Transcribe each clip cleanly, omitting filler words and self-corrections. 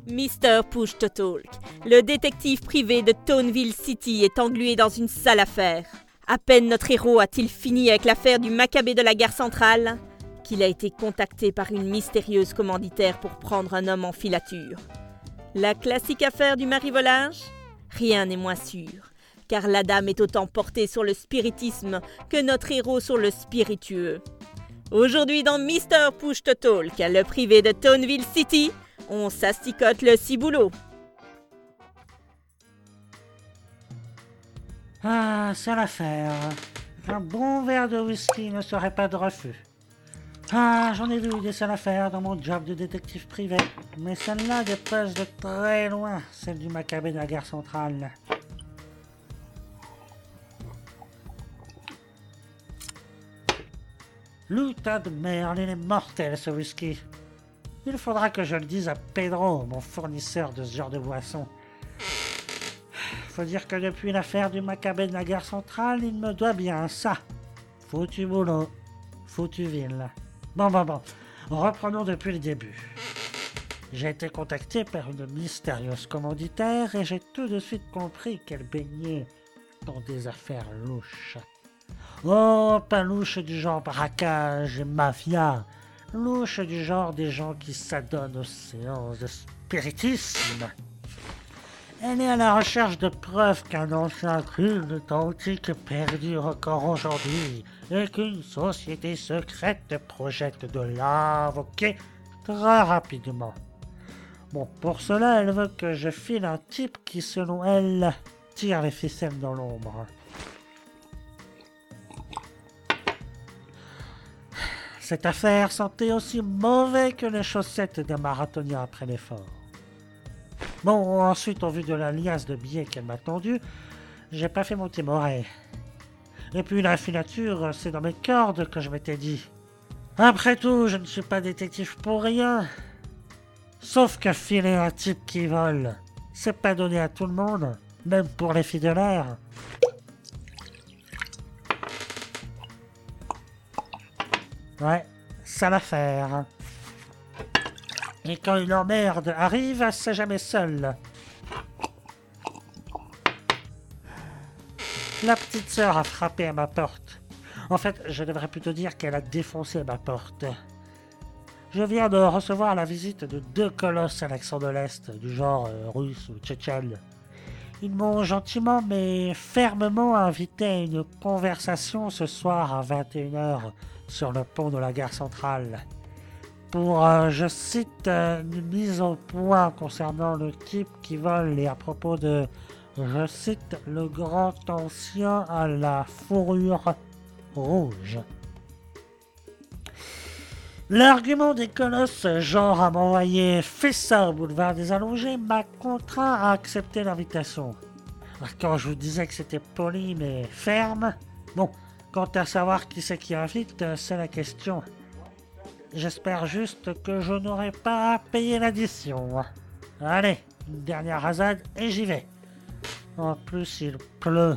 Mr. Push-to-Talk, le détective privé de Toneville City, est englué dans une sale affaire. À peine notre héros a-t-il fini avec l'affaire du Maccabée de la gare centrale qu'il a été contacté par une mystérieuse commanditaire pour prendre un homme en filature. La classique affaire du marivolage ? Rien n'est moins sûr, car la dame est autant portée sur le spiritisme que notre héros sur le spiritueux. Aujourd'hui dans Mr. Push-to-Talk, le privé de Toneville City, on s'asticote le ciboulot. Ah, c'est l'affaire. Un bon verre de whisky ne serait pas de refus. Ah, j'en ai vu des sales affaires dans mon job de détective privé, mais celle-là dépasse de très loin celle du Maccabée de la gare centrale. Lutin de merde, il est mortel ce whisky. Il faudra que je le dise à Pedro, mon fournisseur de ce genre de boisson. Faut dire que depuis l'affaire du Maccabée de la gare centrale, il me doit bien ça. Foutu boulot, foutu ville. Bon, reprenons depuis le début. J'ai été contacté par une mystérieuse commanditaire et j'ai tout de suite compris qu'elle baignait dans des affaires louches. Oh, pas louche du genre braquage et mafia, louche du genre des gens qui s'adonnent aux séances de spiritisme. Elle est à la recherche de preuves qu'un ancien culte antique perdure encore aujourd'hui et qu'une société secrète projette de l'invoquer très rapidement. Bon, pour cela, elle veut que je file un type qui, selon elle, tire les ficelles dans l'ombre. Cette affaire sentait aussi mauvais que les chaussettes d'un marathonien après l'effort. Bon, ensuite, au vu de la liasse de billets qu'elle m'a tendue, j'ai pas fait mon timoré. Et puis la filature, c'est dans mes cordes que je m'étais dit. Après tout, je ne suis pas détective pour rien. Sauf que filer un type qui vole, c'est pas donné à tout le monde, même pour les filles de l'air. Ouais, ça l'affaire. Et quand une emmerde arrive, c'est jamais seul. La petite sœur a frappé à ma porte. En fait, je devrais plutôt dire qu'elle a défoncé ma porte. Je viens de recevoir la visite de 2 colosses à l'accent de l'Est, du genre russe ou tchétchène. Ils m'ont gentiment mais fermement invité à une conversation ce soir à 21h sur le pont de la gare centrale. Pour, je cite, une mise au point concernant le type qui vole et à propos de, je cite, le grand ancien à la fourrure rouge. L'argument des colosses, genre à m'envoyer fessa au boulevard des Allongés, m'a contraint à accepter l'invitation. Quand je vous disais que c'était poli mais ferme, bon, quant à savoir qui c'est qui invite, c'est la question. J'espère juste que je n'aurai pas à payer l'addition. Allez, une dernière rasade et j'y vais. En plus, il pleut.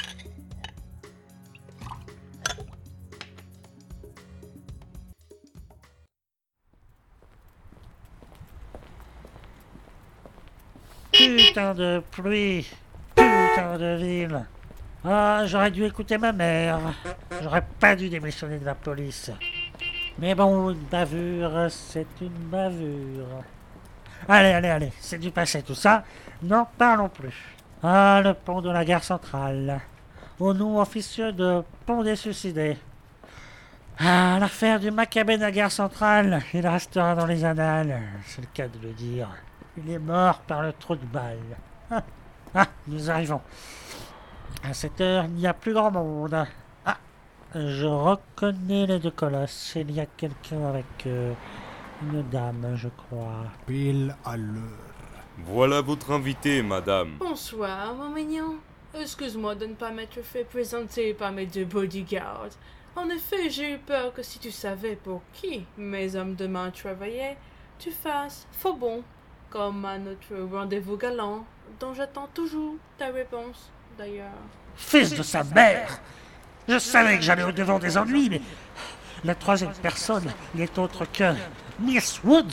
Putain de pluie, putain de ville. Ah, j'aurais dû écouter ma mère. J'aurais pas dû démissionner de la police. Mais bon, une bavure, c'est une bavure. Allez, c'est du passé tout ça, n'en parlons plus. Ah, le pont de la gare centrale, au nom officieux de pont des suicidés. Ah, l'affaire du Maccabée de la gare centrale, il restera dans les annales, c'est le cas de le dire. Il est mort par le trou de balle. Nous arrivons. À cette heure, il n'y a plus grand monde. Je reconnais les 2 colosses. Il y a quelqu'un avec une dame, je crois. Pile à l'heure. Voilà votre invité, madame. Bonsoir, mon mignon. Excuse-moi de ne pas m'être fait présenter par mes 2 bodyguards. En effet, j'ai eu peur que si tu savais pour qui mes hommes de main travaillaient, tu fasses faux bon, comme à notre rendez-vous galant, dont j'attends toujours ta réponse, d'ailleurs. Fils de sa mère! Je savais que j'allais au-devant des ennuis, mais la 3e personne n'est autre que Miss Woods.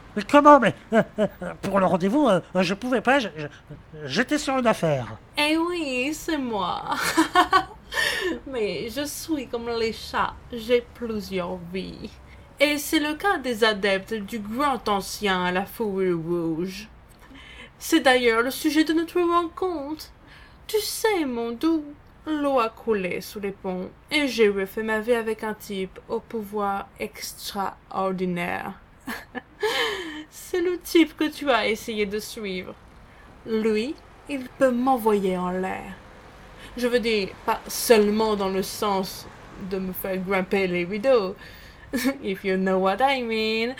Mais comment? Mais pour le rendez-vous, je pouvais pas, j'étais sur une affaire. Eh oui, c'est moi. Mais je suis comme les chats, j'ai plusieurs vies. Et c'est le cas des adeptes du grand ancien à la fourrure rouge. C'est d'ailleurs le sujet de notre rencontre. Tu sais, mon doux, l'eau a coulé sous les ponts et j'ai refait ma vie avec un type au pouvoir extraordinaire. C'est le type que tu as essayé de suivre. Lui, il peut m'envoyer en l'air. Je veux dire, pas seulement dans le sens de me faire grimper les rideaux. If you know what I mean.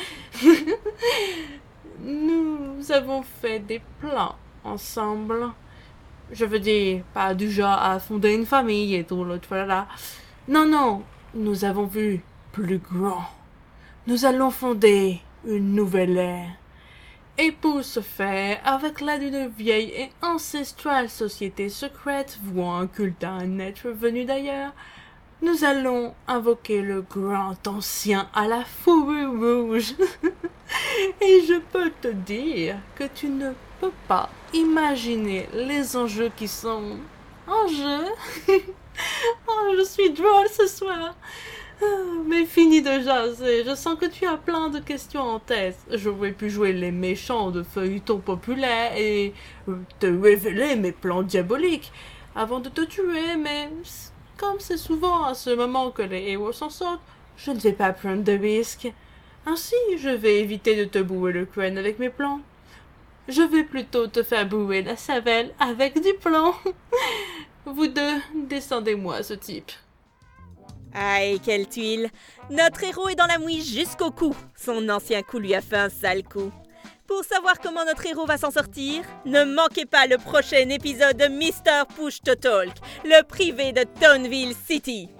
Nous avons fait des plans ensemble. Je veux dire, pas du genre à fonder une famille et tout le tralala. Non, nous avons vu plus grand. Nous allons fonder une nouvelle ère. Et pour ce faire, avec l'aide d'une vieille et ancestrale société secrète vouant un culte à un être venu d'ailleurs, nous allons invoquer le grand ancien à la fourrure rouge. Et je peux te dire que tu ne peux pas imaginer les enjeux qui sont en jeu. Oh, je suis drôle ce soir. Mais fini de jaser, je sens que tu as plein de questions en tête. J'aurais pu jouer les méchants de feuilletons populaires et te révéler mes plans diaboliques avant de te tuer, mais comme c'est souvent à ce moment que les héros s'en sortent, je ne vais pas prendre de risques. Ainsi, je vais éviter de te bouer le crâne avec mes plans. Je vais plutôt te faire bouer la cervelle avec du plomb. Vous deux, descendez-moi ce type. Aïe, quelle tuile! Notre héros est dans la mouise jusqu'au cou. Son ancien coup lui a fait un sale coup. Pour savoir comment notre héros va s'en sortir, ne manquez pas le prochain épisode de Mr. Push to Talk, le privé de Toneville City.